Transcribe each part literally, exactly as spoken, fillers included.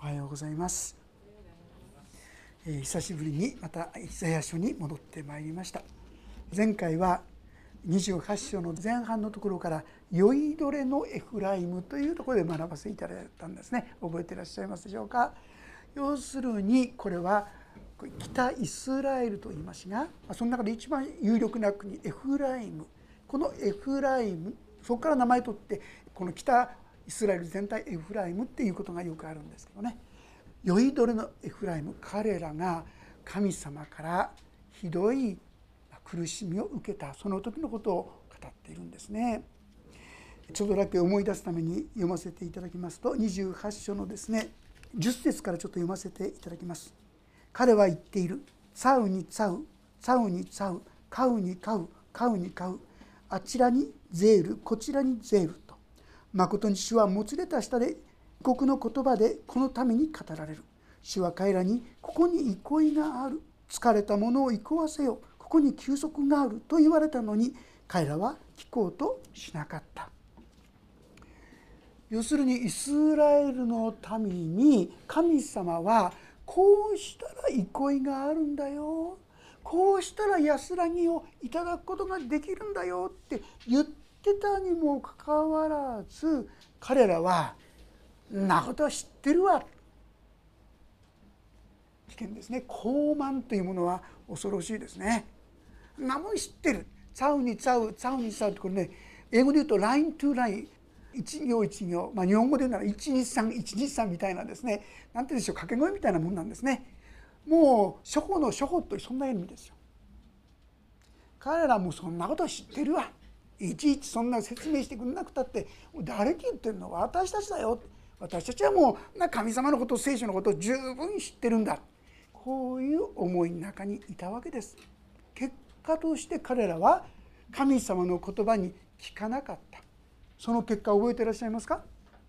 おはようございます。えー、久しぶりにまたイザヤ書に戻ってまいりました。前回はにじゅうはち章の前半のところから酔いどれのエフライムというところで学ばせていただいたんですね。覚えていらっしゃいますでしょうか。要するにこれは北イスラエルと言いますが、その中で一番有力な国エフライム、このエフライム、そこから名前取ってこの北イスラエル全体エフライムっていうことがよくあるんですけどね。酔いどれのエフライム、彼らが神様からひどい苦しみを受けたその時のことを語っているんですね。ちょっとだけ思い出すために読ませていただきますと、にじゅうはち章のですねじゅっ節からちょっと読ませていただきます。彼は言っている。サウにサウ、サウにサウ、カウにカウ、カウにカウ、あちらにゼール、こちらにゼールと、誠に主はもつれた舌で異国の言葉でこのために語られる。主は彼らにここに憩いがある、疲れた者を憩わせよ、ここに休息があると言われたのに彼らは聞こうとしなかった。要するにイスラエルの民に神様はこうしたら憩いがあるんだよ、こうしたら安らぎをいただくことができるんだよって言ってたにもかかわらず、彼らはんなことは知ってるわ。危険ですね。傲慢というものは恐ろしいですね。なもん知ってる。チャウにチャウ、チャウにチャウってこれね、英語で言うとライントゥライン、一行一行、まあ、日本語で言うならいちにさん、いちにさんみたいなですね、なんて言うんでしょう、掛け声みたいなもんなんですね。もう初歩の初歩というそんな意味ですよ。彼らもそんなこと知ってるわ。いちいちそんな説明してくれなくたって、誰に言ってるの？私たちだよ。私たちはもう神様のこと、聖書のことを十分知ってるんだ。こういう思いの中にいたわけです。結果として彼らは神様の言葉に聞かなかった。その結果覚えていらっしゃいますか？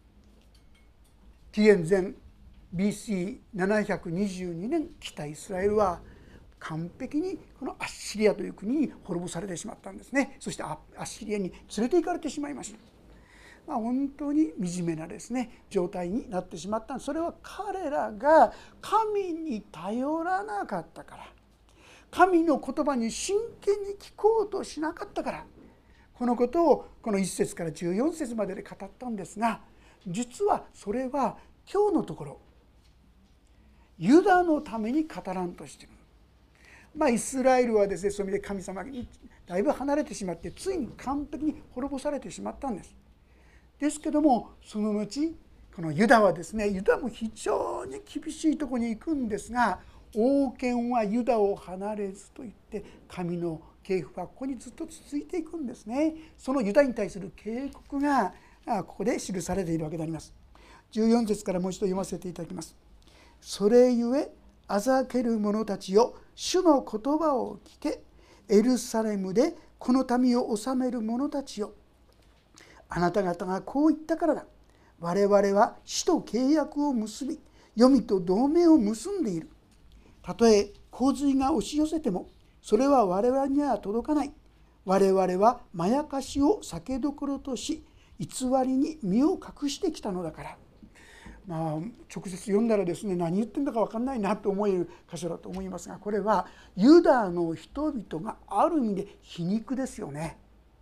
紀元前 ビーシーななひゃくにじゅうにねん、北イスラエルは完璧にこのアッシリアという国に滅ぼされてしまったんですね。そしてアッシリアに連れて行かれてしまいました。まあ、本当に惨めなですね状態になってしまった。それは彼らが神に頼らなかったから、神の言葉に真剣に聞こうとしなかったから、このことをこのいち節からじゅうよん節までで語ったんですが、実はそれは今日のところユダのために語らんとしている。まあ、イスラエルはですね、そういう意味で神様にだいぶ離れてしまって、ついに完璧に滅ぼされてしまったんです。ですけども、その後このユダはですね、ユダも非常に厳しいところに行くんですが、王権はユダを離れずと言って神の系譜はここにずっと続いていくんですね。そのユダに対する警告がここで記されているわけであります。じゅうよん節からもう一度読ませていただきます。それゆえあざける者たちよ、主の言葉を聞け。エルサレムでこの民を治める者たちよ、あなた方がこう言ったからだ。我々は死と契約を結び、黄泉と同盟を結んでいる。たとえ洪水が押し寄せてもそれは我々には届かない。我々はまやかしを酒どころとし、偽りに身を隠してきたのだから。まあ、直接読んだらですね、何言ってんだか分かんないなと思える箇所だと思いますが、これはユダの人々がある意味で皮肉ですよね。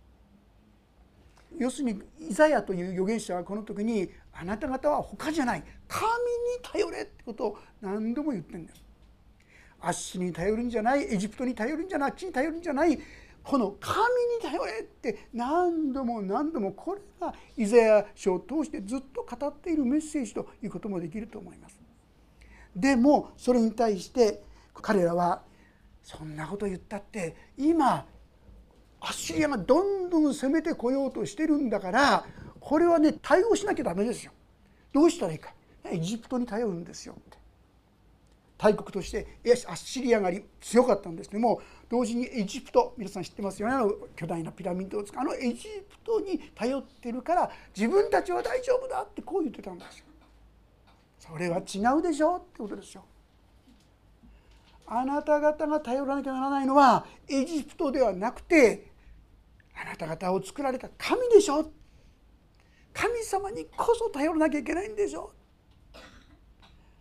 要するにイザヤという預言者はこの時に、あなた方は他じゃない、神に頼れってことを何度も言ってるんです。アッシに頼るんじゃない、エジプトに頼るんじゃない、あっちに頼るんじゃない、この神に頼れって何度も何度も、これがイザヤ書を通してずっと語っているメッセージということもできると思います。でもそれに対して彼らは、そんなこと言ったって今アッシリアがどんどん攻めてこようとしてるんだから、これはね対応しなきゃダメですよ。どうしたらいいか、エジプトに頼るんですよって。大国としてアッシリアが強かったんですけども、同時にエジプト、皆さん知ってますよね、あの巨大なピラミッドを使うあのエジプトに頼ってるから自分たちは大丈夫だってこう言ってたんですよ。それは違うでしょってことですよ。あなた方が頼らなきゃならないのはエジプトではなくて、あなた方を作られた神でしょ。神様にこそ頼らなきゃいけないんでしょ。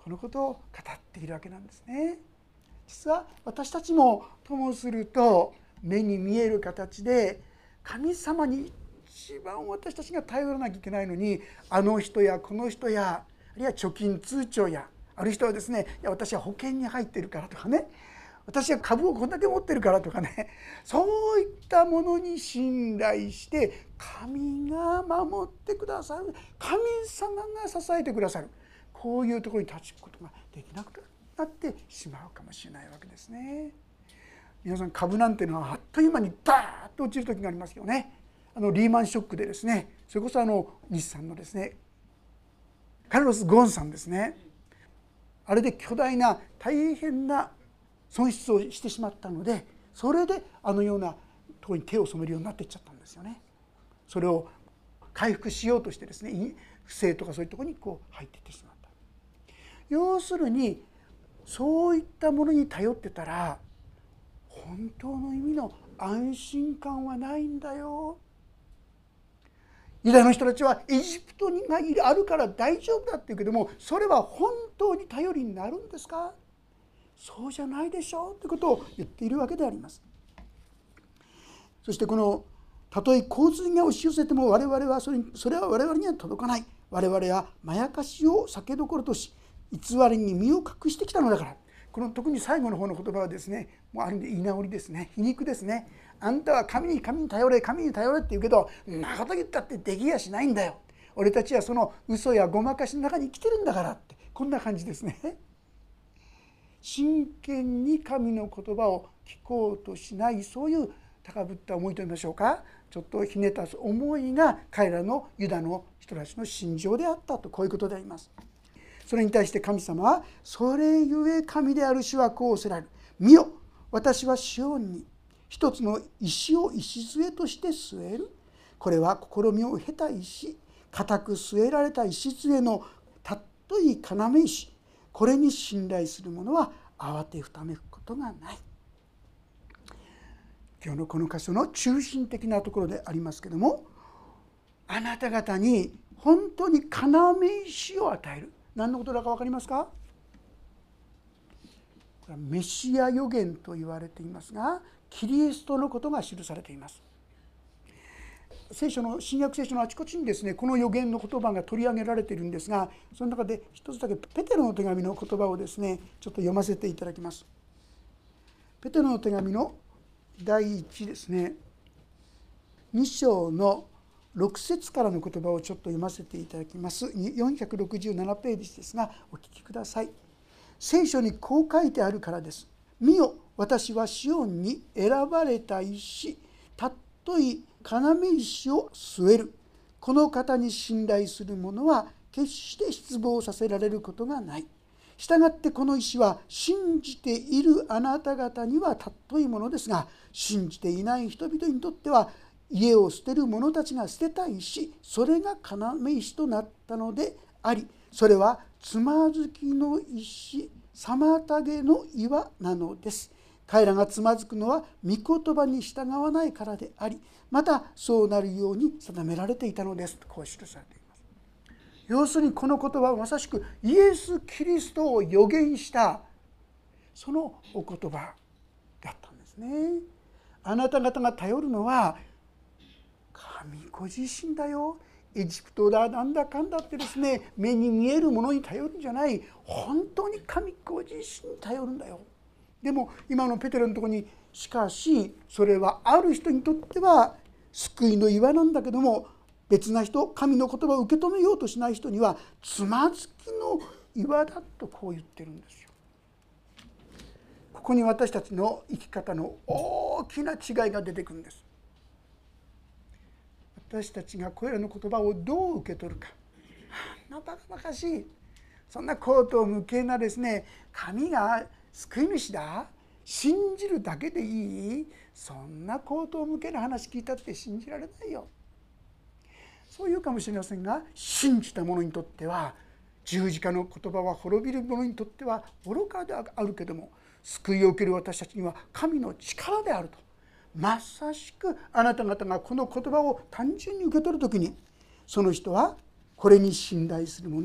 このことを語っているわけなんですね。実は私たちもともすると目に見える形で神様に一番私たちが頼らなきゃいけないのに、あの人やこの人や、あるいは貯金通帳や、ある人はですね、いや私は保険に入っているからとかね、私は株をこんだけ持ってるからとかね、そういったものに信頼して神が守ってくださる、神様が支えてくださる、こういうところに立つことができなくなってしまうかもしれないわけですね。皆さん、株なんていうのはあっという間にダーッと落ちる時がありますよね。あのリーマンショックでですね、それこそあの日産のですねカルロス・ゴーンさんですね、あれで巨大な大変な損失をしてしまったので、それであのようなところに手を染めるようになっていっちゃったんですよね。それを回復しようとしてですね、不正とかそういうところにこう入っていってしまった。要するにそういったものに頼ってたら本当の意味の安心感はないんだよ。ユダヤの人たちはエジプトがあるから大丈夫だって言うけども、それは本当に頼りになるんですか？そうじゃないでしょうということを言っているわけであります。そしてこのたとえ洪水が押し寄せても我々はそれそれは我々には届かない。我々はまやかしを酒どころとし偽りに身を隠してきたのだから。この特に最後の方の言葉はですね、もうある意味で言い直りですね、皮肉ですね。あんたは神に神に頼れ神に頼れって言うけど、んなこと言ったってできやしないんだよ。俺たちはその嘘やごまかしの中に生きてるんだからって、こんな感じですね。真剣に神の言葉を聞こうとしない、そういう高ぶった思いと言いましょうか、ちょっとひねた思いが彼らのユダの人たちの心情であったと、こういうことであります。それに対して神様は、それゆえ神である主はこうおせられる。見よ、私はシオンに一つの石を礎として据える。これは試みを経た石、固く据えられた礎のたっとい要石。これに信頼する者は慌てふためくことがない。今日のこの箇所の中心的なところでありますけれども、あなた方に本当に要石を与える。何のことだか分かりますか？これはメシア予言と言われていますが、キリストのことが記されています。聖書の新約聖書のあちこちにですね、この予言の言葉が取り上げられているんですが、その中で一つだけペテロの手紙の言葉をですね、ちょっと読ませていただきます。ペテロの手紙のだいいちですね、に章のろく節からの言葉をちょっと読ませていただきます。よんひゃくろくじゅうななページですが、お聞きください。聖書にこう書いてあるからです。見よ、私はシオンに選ばれた石、たっとい要石を据える。この方に信頼する者は決して失望させられることがない。したがってこの石は信じているあなた方にはたっといものですが、信じていない人々にとっては家を捨てる者たちが捨てた石、それが要石となったのであり、それはつまずきの石、妨げの岩なのです。彼らがつまずくのは御言葉に従わないからであり、またそうなるように定められていたのですと、こう記されています。要するにこの言葉はまさしくイエス・キリストを予言したそのお言葉だったんですね。あなた方が頼るのは神ご自身だよ。エジプトだなんだかんだってですね、目に見えるものに頼るんじゃない、本当に神ご自身に頼るんだよ。でも今のペテロのところに、しかしそれはある人にとっては救いの岩なんだけども、別な人、神の言葉を受け止めようとしない人にはつまずきの岩だと、こう言ってるんですよ。ここに私たちの生き方の大きな違いが出てくるんです。私たちがこれらの言葉をどう受け取るか。あんなバカバカしい、そんな荒唐無稽なですね、神が救い主だ、信じるだけでいい、そんな荒唐無稽な話聞いたって信じられないよ。そういうかもしれませんが、信じた者にとっては、十字架の言葉は滅びる者にとっては愚かであるけども、救いを受ける私たちには神の力であると。まさしくあなた方がこの言葉を単純に受け取るときに、その人はこれに信頼する者は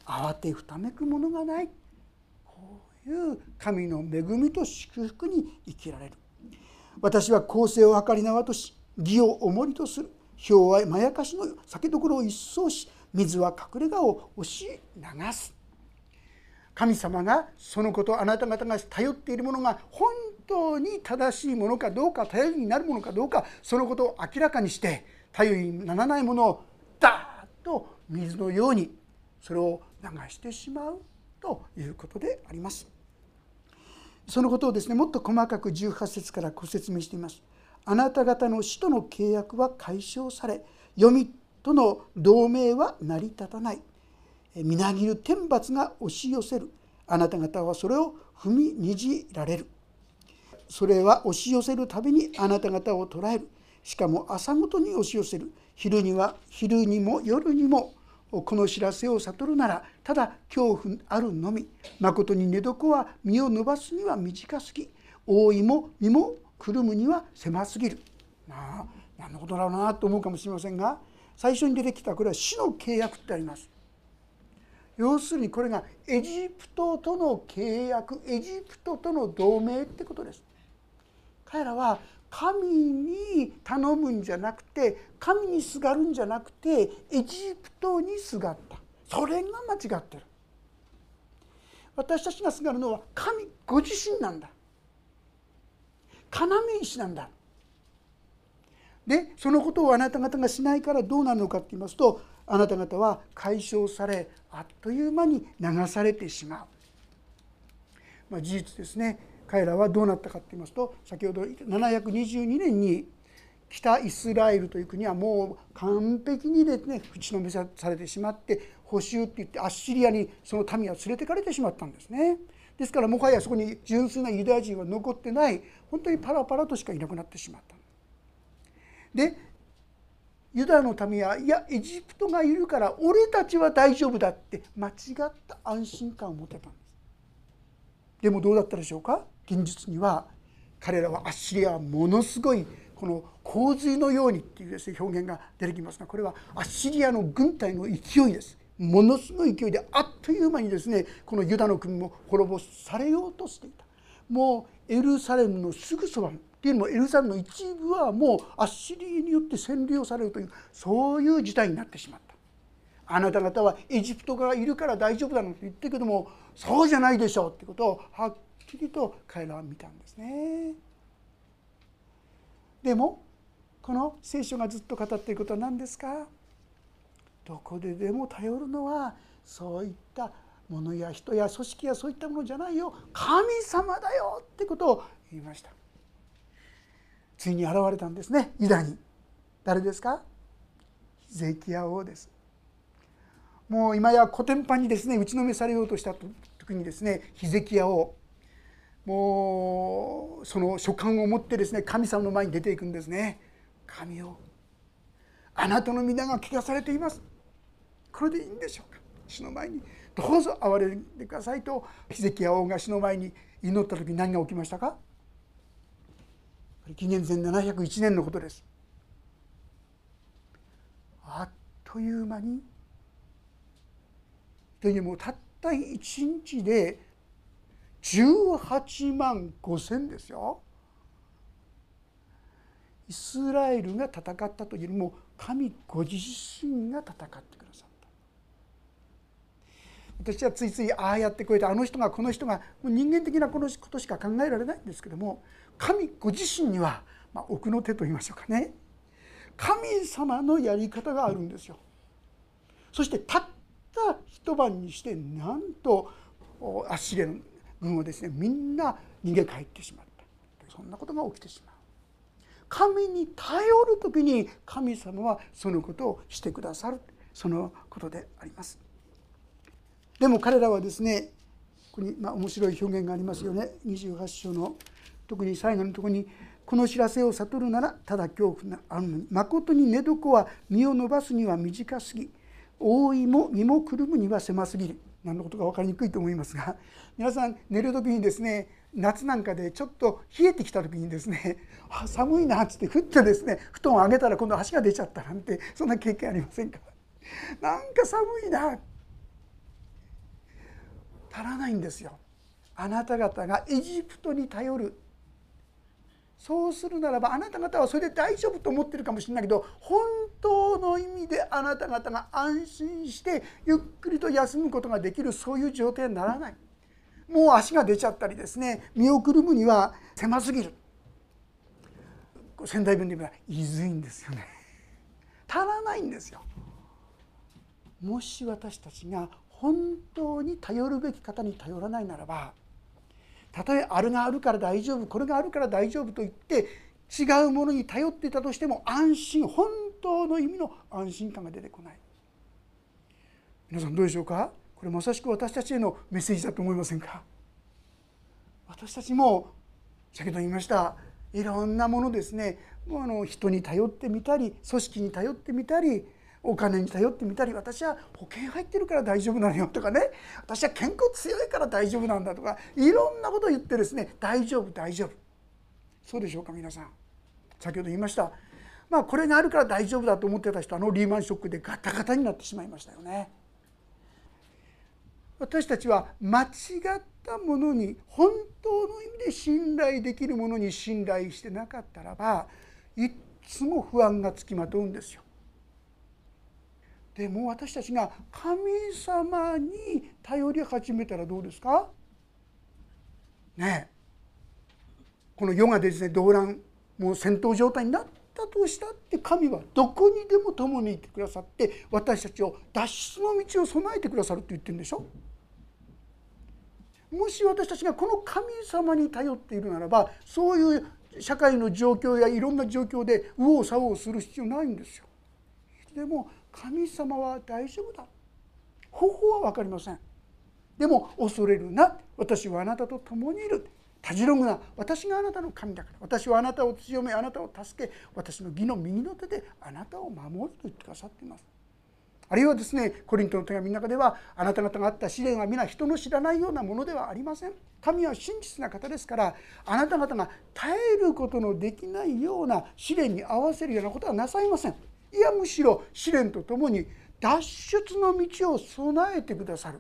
慌てふためくものがない。こういう神の恵みと祝福に生きられる。私は公正を計り縄とし、義を重りとする。票はまやかしの酒どころを一掃し、水は隠れ家を押し流す。神様がそのこと、あなた方が頼っているものが本当に正しいものかどうか、頼りになるものかどうか、そのことを明らかにして、頼りにならないものをダーッと水のようにそれを流してしまうということであります。そのことをですね、もっと細かくじゅうはち節からご説明しています。あなた方の死との契約は解消され、黄泉との同盟は成り立たない。みなぎる天罰が押し寄せる。あなた方はそれを踏みにじられる。それは押し寄せるたびにあなた方を捕らえる。しかも朝ごとに押し寄せる。昼には昼にも夜にもこの知らせを悟るなら、ただ恐怖あるのみ。まことに寝床は身を伸ばすには短すぎ、覆いも身もくるむには狭すぎる。まあ何のことだろうなと思うかもしれませんが、最初に出てきたこれは死の契約ってあります。要するにこれがエジプトとの契約、エジプトとの同盟ってことです。彼らは神に頼むんじゃなくて、神にすがるんじゃなくて、エジプトにすがった。それが間違ってる。私たちがすがるのは神ご自身なんだ。要石なんだ。で、そのことをあなた方がしないからどうなるのかと言いますと、あなた方は解消され、あっという間に流されてしまう。まあ、事実ですね。彼らはどうなったかと言いますと、先ほどななひゃくにじゅうにねんに北イスラエルという国はもう完璧にですね、打ちのめされてしまって、捕囚って言ってアッシリアにその民は連れてかれてしまったんですね。ですからもはやそこに純粋なユダヤ人は残ってない、本当にパラパラとしかいなくなってしまった。で、ユダの民は、いやエジプトがいるから俺たちは大丈夫だって間違った安心感を持てたんです。でもどうだったでしょうか。現実には彼らはアッシリアはものすごいこの洪水のようにっていうですね、表現が出てきますが、これはアッシリアの軍隊の勢いです。ものすごい勢いであっという間にですね、このユダの国も滅ぼされようとしていた。もうエルサレムのすぐそばっていうのも、エルサレムの一部はもうアッシリアによって占領されるという、そういう事態になってしまった。あなた方はエジプトがいるから大丈夫だなんて言ってるけども、そうじゃないでしょうってことをはっきりと彼らは見たんですね。でもこの聖書がずっと語っていることは何ですか。どこででも頼るのはそういったものや人や組織やそういったものじゃないよ、神様だよってことを言いました。ついに現れたんですね、ユダに。誰ですか。ヒゼキヤ王です。もう今やコテンパンにですね打ちのめされようとした時にですね、ヒゼキヤ王もうその書簡を持ってですね、神様の前に出ていくんですね。神よ、あなたの皆が汚されています。これでいいんでしょうか。主の前にどうぞ憐れんでくださいとヒゼキヤ王が主の前に祈った時に何が起きましたか。紀元前ななひゃくいちねんのことです。あっという間にというもうたったいちにちでじゅうはちまんごせんですよ。イスラエルが戦ったというよりも神ご自身が戦ってくださった。私はついついああやってこうやってあの人がこの人がもう人間的なこのことしか考えられないんですけども、神ご自身には、まあ、奥の手と言いましょうかね、神様のやり方があるんですよ。そしてたった一晩にしてなんとアッシリアの軍をですねみんな逃げ帰ってしまった。そんなことが起きてしまう。神に頼るときに神様はそのことをしてくださる、そのことであります。でも彼らはですね、ここにまあ面白い表現がありますよね。にじゅうはち章の特に最後のところに、この知らせを悟るならただ恐怖があるのに、まことに寝床は身を伸ばすには短すぎ、覆いも身もくるむには狭すぎる。何のことか分かりにくいと思いますが、皆さん寝る時にですね、夏なんかでちょっと冷えてきた時にですね、あ寒いなっつってふってですね布団を上げたら今度足が出ちゃったなんて、そんな経験ありませんか。なんか寒いな。 足らないんですよ。あなた方がエジプトに頼る。そうするならばあなた方はそれで大丈夫と思ってるかもしれないけど、本当の意味であなた方が安心してゆっくりと休むことができる、そういう状態にならない。もう足が出ちゃったりですね、身をくるむには狭すぎる。仙台弁で言えばいずいんですよね。足らないんですよ。もし私たちが本当に頼るべき方に頼らないならば、たとえあれがあるから大丈夫、これがあるから大丈夫と言って違うものに頼っていたとしても、安心、本当の意味の安心感が出てこない。皆さんどうでしょうか。これまさしく私たちへのメッセージだと思いませんか。私たちも先ほど言いましたいろんなものですね、もうあの人に頼ってみたり、組織に頼ってみたり、お金に頼ってみたり、私は保険入ってるから大丈夫なのよとかね、私は健康強いから大丈夫なんだとか、いろんなことを言ってですね、大丈夫大丈夫、そうでしょうか皆さん。先ほど言いました、まあこれがあるから大丈夫だと思ってた人はあのリーマンショックでガタガタになってしまいましたよね。私たちは間違ったものに、本当の意味で信頼できるものに信頼してなかったらば、いつも不安がつきまとうんですよ。でも私たちが神様に頼り始めたらどうですかね。えこの世がですね、動乱、もう戦闘状態になったとしたって、神はどこにでも共にいてくださって、私たちを脱出の道を備えてくださるって言ってるんでしょ。もし私たちがこの神様に頼っているならば、そういう社会の状況やいろんな状況で右往左往する必要ないんですよ。でも神様は大丈夫だ。方法は分かりません。でも恐れるな、私はあなたと共にいる。たじろぐな、私があなたの神だから。私はあなたを強め、あなたを助け、私の義の右の手であなたを守ると言ってくださっています。あるいはですね、コリントの手紙の中では、あなた方があった試練は皆人の知らないようなものではありません。神は真実な方ですから、あなた方が耐えることのできないような試練に合わせるようなことはなさいません。いやむしろ試練とともに脱出の道を備えてくださる。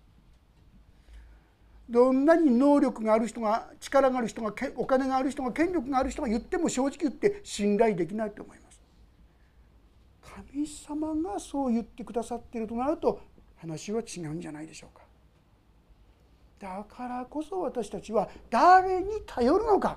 どんなに能力がある人が、力がある人が、お金がある人が、権力がある人が言っても正直言って信頼できないと思います。神様がそう言ってくださっているとなると話は違うんじゃないでしょうか。だからこそ私たちは誰に頼るのか。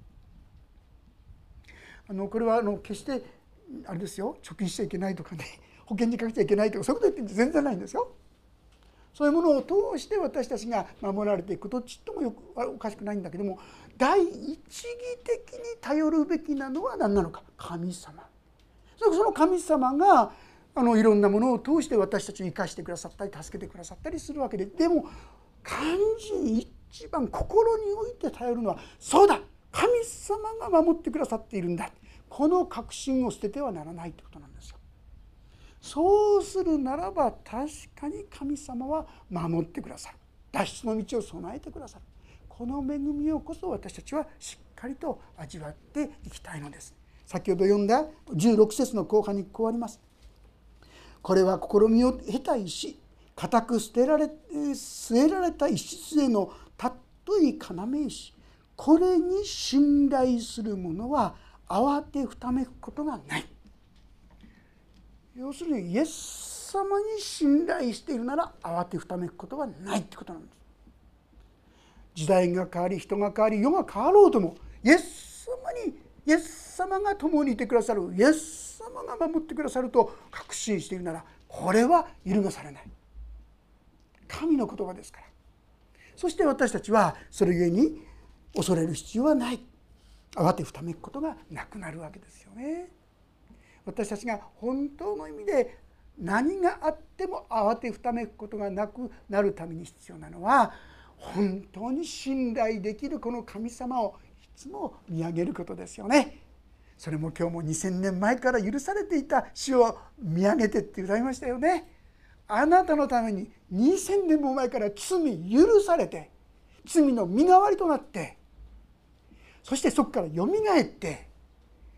あのこれはあの決してあれですよ、貯金しちゃいけないとかね、保険にかけちゃいけないとか、そういうこと言ってるんじゃ全然ないんですよ。そういうものを通して私たちが守られていくことちっともよくおかしくないんだけども、第一義的に頼るべきなのは何なのか、神様。その神様があのいろんなものを通して私たちを生かしてくださったり助けてくださったりするわけで、でも肝心一番心において頼るのは、そうだ、神様が守ってくださっているんだ、この確信を捨ててはならないということなんですよ。そうするならば確かに神様は守ってくださる、脱出の道を備えてくださる。この恵みをこそ私たちはしっかりと味わっていきたいのです。先ほど読んだじゅうろく節の後半にこうあります。これは試みを経た石、固く捨てられ据えられた石へのたっとい要石、これに信頼する者は慌てふためくことがない。要するにイエス様に信頼しているなら慌てふためくことはないってことなんです。時代が変わり、人が変わり、世が変わろうとも、イエス様にイエス様が共にいてくださる、イエス様が守ってくださると確信しているなら、これは揺るがされない。神の言葉ですから。そして私たちはそれゆえに恐れる必要はない。慌てふためくことがなくなるわけですよね。私たちが本当の意味で何があっても慌てふためくことがなくなるために必要なのは、本当に信頼できるこの神様をいつも見上げることですよね。それも今日もにせんねんまえから許されていた主を見上げてって歌いましたよね。あなたのためににせんねんも前から罪許されて、罪の身代わりとなって、そしてそこからよみがえって、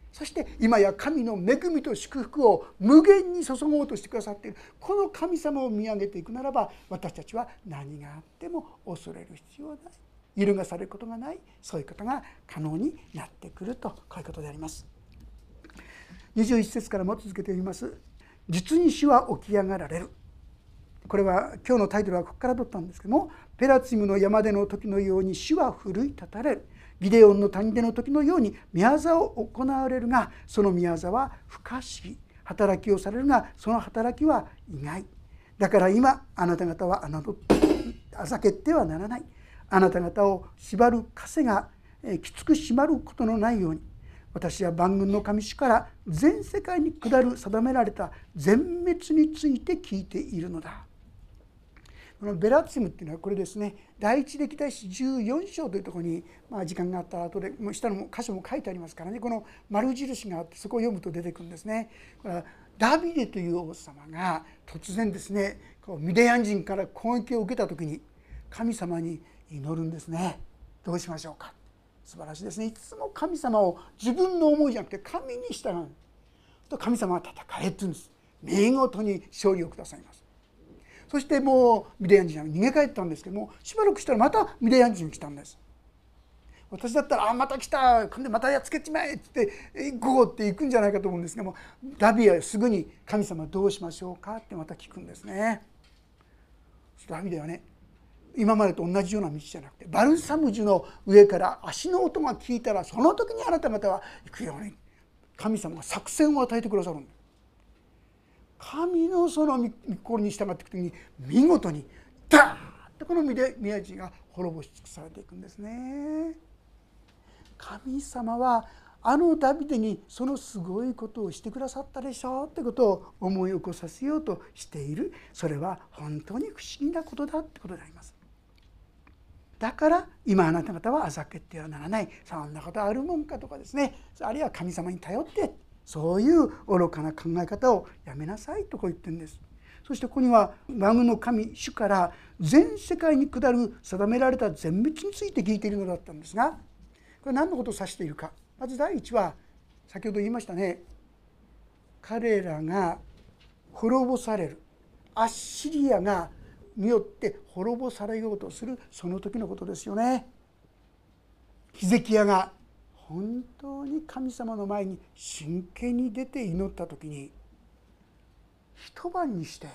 そして今や神の恵みと祝福を無限に注ごうとしてくださっているこの神様を見上げていくならば、私たちは何があっても恐れる必要はない、揺るがされることがない、そういうことが可能になってくると、こういうことであります。にじゅういち節からも続けてみます。実に主は起き上がられる。これは今日のタイトルはここから取ったんですけども、ペラツィムの山での時のように主は奮い立たれる。ギデオンの谷での時のように宮業を行われるが、その宮業は不可思議。働きをされるが、その働きは意外。だから今あなた方は侮ってあざけってはならない。あなた方を縛る枷がきつく締まることのないように、私は万軍の神主から全世界に下る定められた全滅について聞いているのだ。このベラツィムっていうのはこれですね、第一歴代史じゅうよん章というところに、まあ、時間があった後でもう下の箇所も書いてありますからね、この丸印があってそこを読むと出てくるんですね。これはダビデという王様が突然ですね、こうミディアン人から攻撃を受けた時に神様に祈るんですね。どうしましょうか。素晴らしいですね。いつも神様を自分の思いじゃなくて神に従うと、神様は戦えって言うんです。見事に勝利をくださいます。そしてもうミディアン人は逃げ帰ったんですけども、しばらくしたらまたミディアン人が来たんです。私だったら「あまた来た、今度またやっつけちまえ」って言って「ゴー」って行くんじゃないかと思うんですけども、ダビデはすぐに「神様どうしましょうか」ってまた聞くんですね。ダビデはね、今までと同じような道じゃなくて、バルサム樹の上から足の音が聞いたらその時にあなた方は行くように、神様が作戦を与えてくださるんです。神のその御心に従っていくときに見事にダーッとこのミディアン人が滅ぼし尽くされていくんですね。神様はあのダビデにそのすごいことをしてくださったでしょうってことを思い起こさせようとしている。それは本当に不思議なことだってことであります。だから今あなた方はあざけってはならない、そんなことあるもんかとかですね、あるいは神様に頼ってそういう愚かな考え方をやめなさいとこう言ってるんです。そしてここには万軍の神主から全世界に下る定められた全滅について聞いているのだったんですが、これ何のことを指しているか。まず第一は先ほど言いましたね、彼らが滅ぼされる、アッシリアがによって滅ぼされようとするその時のことですよね。ヒゼキヤが本当に神様の前に真剣に出て祈った時に、一晩にして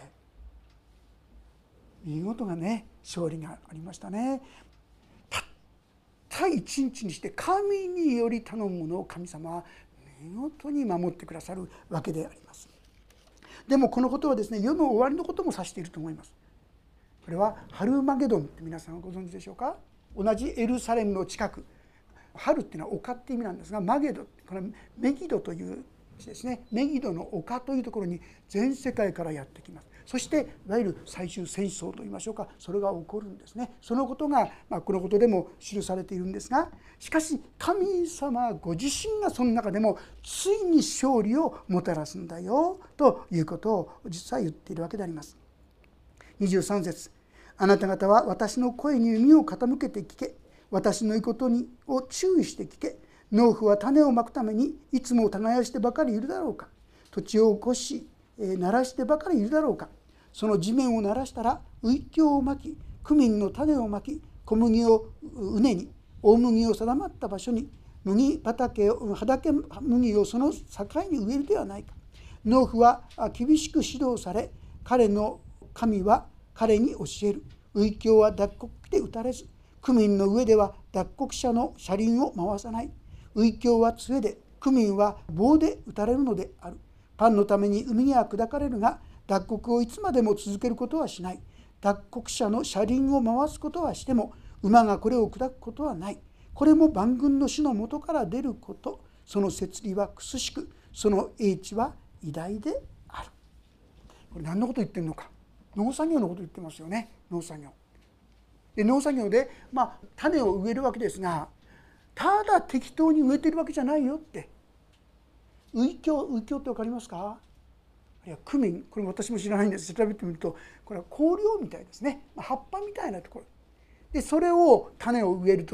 見事なね勝利がありましたね。たった一日にして神により頼むものを神様は見事に守ってくださるわけであります。でもこのことはですね、世の終わりのことも指していると思います。これはハルマゲドンって皆さんご存知でしょうか。同じエルサレムの近く、春っていうのは丘って意味なんですが、マゲド、これメギドという字ですね。メギドの丘というところに全世界からやってきます。そしていわゆる最終戦争といいましょうか、それが起こるんですね。そのことが、まあ、このことでも記されているんですが、しかし神様ご自身がその中でもついに勝利をもたらすんだよということを実は言っているわけであります。にじゅうさん節、あなた方は私の声に耳を傾けて聞け、私の言うことにを注意して聞け。農夫は種をまくためにいつも耕してばかりいるだろうか。土地を起こし、えー、鳴らしてばかりいるだろうか。その地面を鳴らしたらウイキョウをまき、クミンの種をまき、小麦を畝に、大麦を定まった場所に、麦畑を畑麦をその境に植えるではないか。農夫は厳しく指導され、彼の神は彼に教える。ウイキョウは脱穀機で打たれず、クミンの上では脱穀者の車輪を回さない。ウイキョウは杖で、クミンは棒で打たれるのである。パンのために海には砕かれるが、脱穀をいつまでも続けることはしない。脱穀者の車輪を回すことはしても、馬がこれを砕くことはない。これも万軍の主の元から出ること。その摂理は苦しく、その英知は偉大である。これ何のこと言ってるのか。農作業のこと言ってますよね。農作業で、農作業で、まあ、種を植えるわけですが、ただ適当に植えてるわけじゃないよって。ウイキョウ、ウイキョウって分かりますか。あるいはクミン、これ私も知らないんです。調べてみるとこれは香料みたいですね。葉っぱみたいなところで、それを種を植えるときに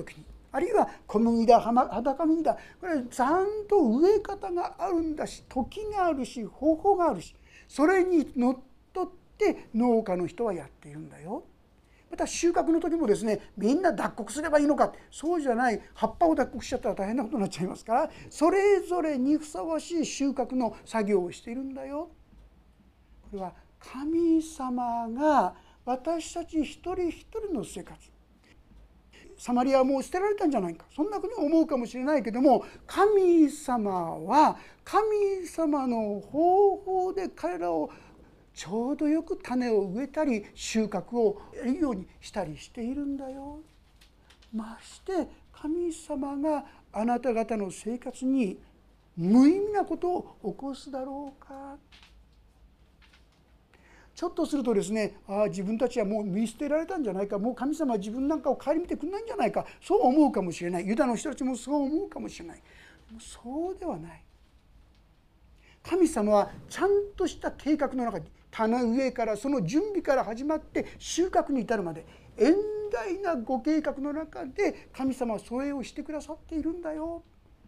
あるいは小麦だ裸麦だ、これちゃんと植え方があるんだし、時があるし、方法があるし、それにのっとって農家の人はやっているんだよ。また収穫の時もですね、みんな脱穀すればいいのか、そうじゃない。葉っぱを脱穀しちゃったら大変なことになっちゃいますから、それぞれにふさわしい収穫の作業をしているんだよ。これは神様が私たち一人一人の生活、サマリアはもう捨てられたんじゃないか、そんなふうに思うかもしれないけども、神様は神様の方法で彼らをちょうどよく種を植えたり収穫を得るようにしたりしているんだよ。まして神様があなた方の生活に無意味なことを起こすだろうか。ちょっとするとですね、ああ自分たちはもう見捨てられたんじゃないか、もう神様は自分なんかを顧みてくれないんじゃないか、そう思うかもしれない。ユダの人たちもそう思うかもしれない。そうではない。神様はちゃんとした計画の中に、種植えからその準備から始まって収穫に至るまで遠大なご計画の中で神様はそれをしてくださっているんだよ。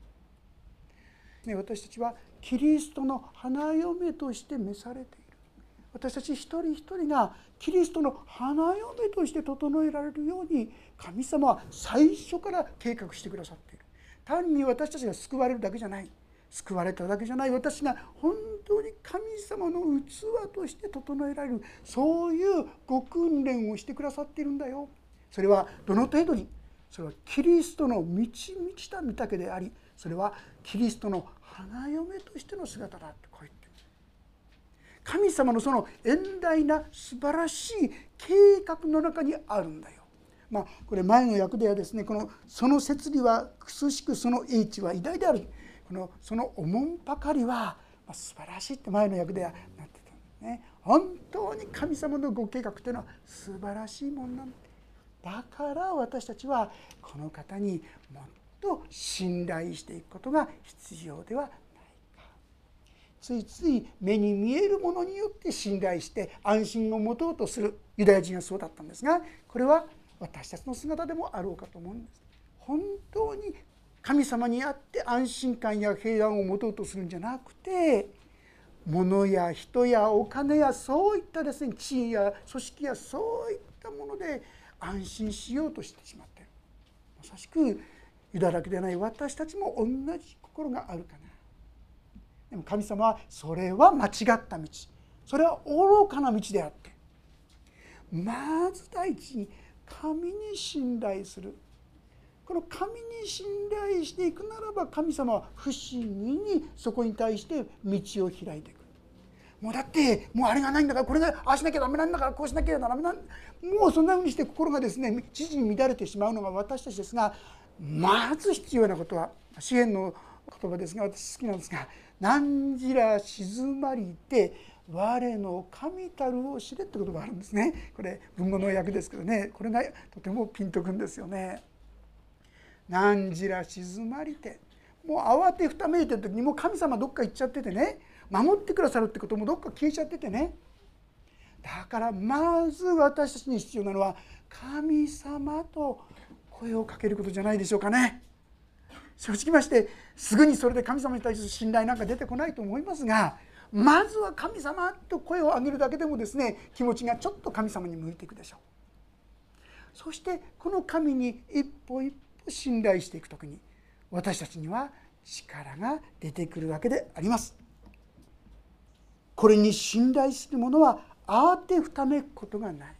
私たちはキリストの花嫁として召されている。私たち一人一人がキリストの花嫁として整えられるように神様は最初から計画してくださっている。単に私たちが救われるだけじゃない、救われただけじゃない、私が本当に神様の器として整えられる、そういうご訓練をしてくださっているんだよ。それはどの程度に、それはキリストの満ち満ちた御岳であり、それはキリストの花嫁としての姿だってこう言ってる。神様のその遠大な素晴らしい計画の中にあるんだよ。まあこれ前の訳ではですね、このその摂理は苦しく、その英知は偉大である、このそのおもんぱかりは、まあ、素晴らしいって前の訳ではなってたんですね。本当に神様のご計画というのは素晴らしいものなんだ。だから私たちはこの方にもっと信頼していくことが必要ではないか。ついつい目に見えるものによって信頼して安心を持とうとするユダヤ人はそうだったんですが、これは私たちの姿でもあろうかと思うんです。本当に神様にあって安心感や平安を持とうとするんじゃなくて、物や人やお金やそういったですね、地位や組織やそういったもので安心しようとしてしまっている。まさしくユダだけでない私たちも同じ心があるかな。でも神様はそれは間違った道、それは愚かな道であって、まず第一に神に信頼する。この神に信頼していくならば、神様は不思議にそこに対して道を開いていく。もうだってもうあれがないんだから、これがああしなきゃダメなんだから、こうしなきゃダメなんだ、もうそんなふうにして心がですね知事に乱れてしまうのが私たちですが、まず必要なことは、詩篇の言葉ですが私好きなんですが、何時ら静まりて我の神たるを知れって言葉があるんですね。これ文語の訳ですけどね、これがとてもピンとくるんですよね。何時ら静まりて、もう慌てふためいてる時にもう神様どっか行っちゃっててね、守ってくださるってこともどっか消えちゃっててね。だからまず私たちに必要なのは神様と声をかけることじゃないでしょうかね。正直ましてすぐにそれで神様に対する信頼なんか出てこないと思いますが、まずは神様と声を上げるだけでもですね、気持ちがちょっと神様に向いていくでしょう。そしてこの神に一歩一歩信頼していくときに、私たちには力が出てくるわけであります。これに信頼する者は慌てふためくことがない。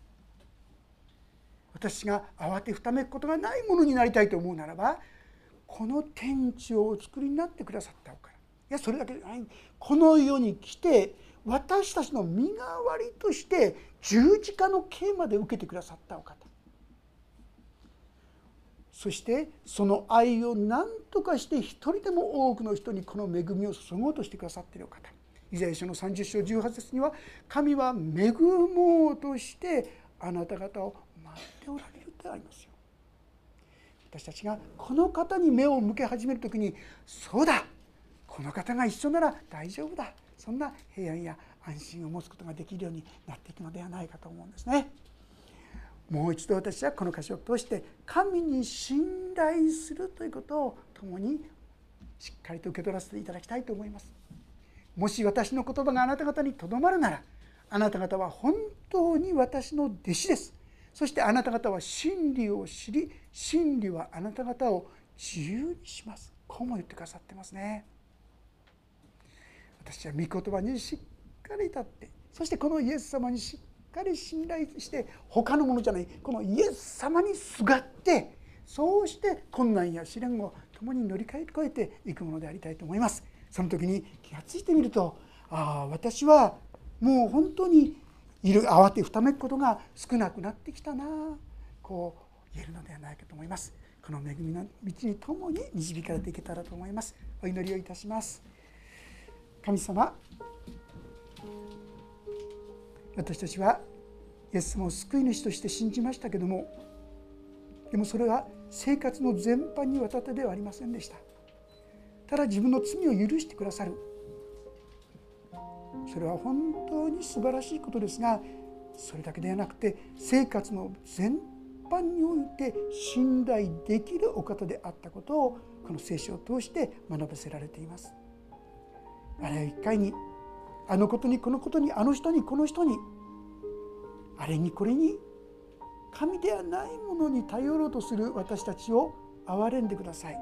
私が慌てふためくことがないものになりたいと思うならば、この天地をお作りになってくださったおから、いやそれだけじゃない、この世に来て私たちの身代わりとして十字架の刑まで受けてくださったお方、そしてその愛を何とかして一人でも多くの人にこの恵みを注ごうとしてくださっているお方。イザヤ書のさんじゅっ章じゅうはち節には、神は恵もうとしてあなた方を待っておられるとありますよ。私たちがこの方に目を向け始めるときに、そうだ、この方が一緒なら大丈夫だ、そんな平安や安心を持つことができるようになっていくのではないかと思うんですね。 もう一度私はこの箇所を通して神に信頼するということを共にしっかりと受け取らせていただきたいと思います。もし私の言葉があなた方にとどまるなら、あなた方は本当に私の弟子です。そしてあなた方は真理を知り、真理はあなた方を自由にします。こうも言ってくださってますね。私は御言葉にしっかり立って、そしてこのイエス様にしっかり信頼して、他のものじゃないこのイエス様にすがって、そうして困難や試練を共に乗り越えていくものでありたいと思います。その時に気がついてみると、ああ私はもう本当にいる慌てふためくことが少なくなってきたな、こう言えるのではないかと思います。この恵みの道にともに導かれていけたらと思います。お祈りをいたします。神様、私たちはイエス様を救い主として信じましたけども、でもそれは生活の全般にわたってではありませんでした。ただ自分の罪を許してくださる、それは本当に素晴らしいことですが、それだけではなくて生活の全般において信頼できるお方であったことをこの聖書を通して学ばせられています。あれは一回にあのことにこのことにあの人にこの人にあれにこれに神ではないものに頼ろうとする私たちを憐れんでください。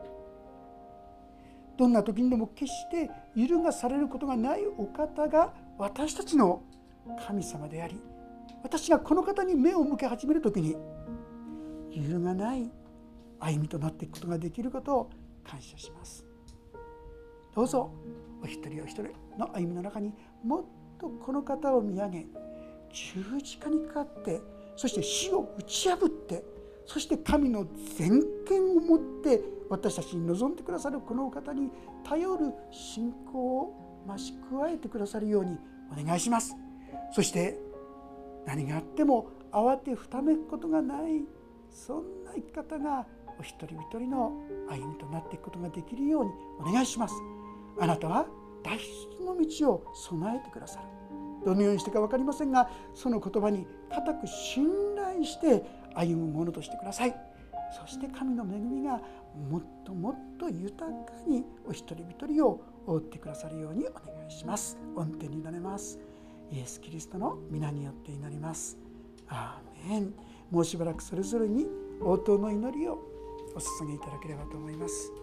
どんな時にでも決して揺るがされることがないお方が私たちの神様であり、私がこの方に目を向け始める時に揺るがない歩みとなっていくことができることを感謝します。どうぞお一人お一人の歩みの中にもっとこの方を見上げ、十字架にかかって、そして死を打ち破って、そして神の全権を持って私たちに望んでくださるこのお方に頼る信仰を増し加えてくださるようにお願いします。そして何があっても慌てふためくことがない、そんな生き方がお一人一人の歩みとなっていくことができるようにお願いします。あなたは脱出の道を備えてくださる。どのようにしてか分かりませんが、その言葉に固く信頼して歩むものとしてください。そして神の恵みがもっともっと豊かにお一人一人を覆ってくださるようにお願いします。御手に委ねます。イエス・キリストの皆によって祈ります。アーメン。もうしばらくそれぞれに応答の祈りをお捧げいただければと思います。